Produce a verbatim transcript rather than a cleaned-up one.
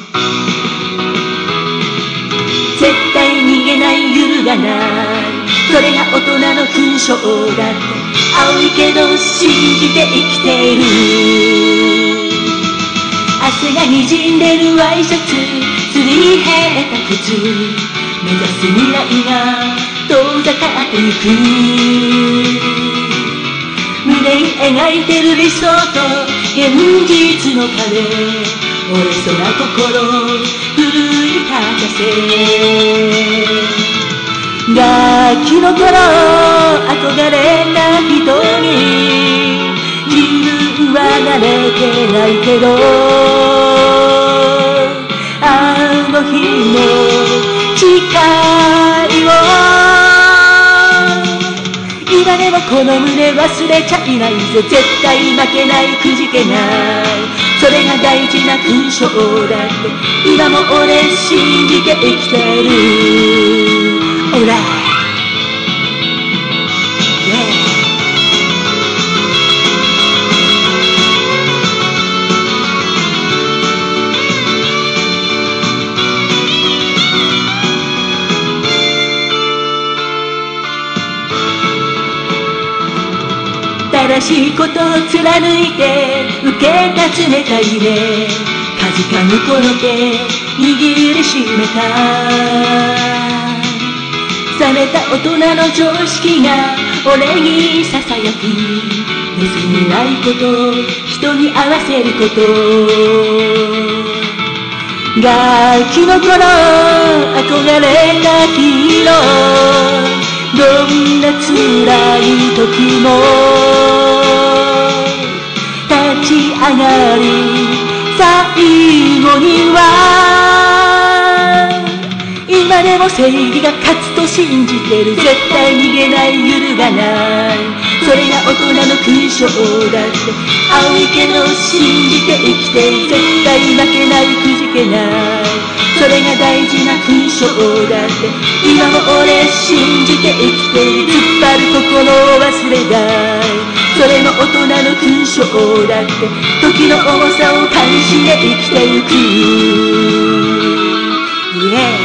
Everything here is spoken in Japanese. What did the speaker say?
絶対逃げない揺るがない、それが大人の勲章だって青いけど信じて生きてる。汗がにじんでるワイシャツ、すり減った靴、目指す未来が遠ざかってゆく。胸に描いてる理想と現実の壁、折れそうな心奮い立たせ。ガキの頃憧れた人に自分は慣れてないけど、あの日の誓いを今でもこの胸忘れちゃいないぜ。絶対負けない、くじけない、それが大事な勲章だって今も俺信じて生きてる。オライ正しいことを貫いて受けた冷たい目、かじかむこの手握りしめた。冷めた大人の常識が俺にささやく。別にないこと、人に合わせること。ガキの頃憧れたヒーロー、どんな辛い時も立ち上がり最後には今でも正義が勝つと信じてる。絶対逃げない、揺るがない、それが大人の勲章だって青いけど信じて生きてる。絶対負けない、くじけない、それが大事な勲章だって今も俺信じて生きてる。突っ張る心を忘れない、それも大人の勲章だって時の重さを感じて生きてゆく。イエーイ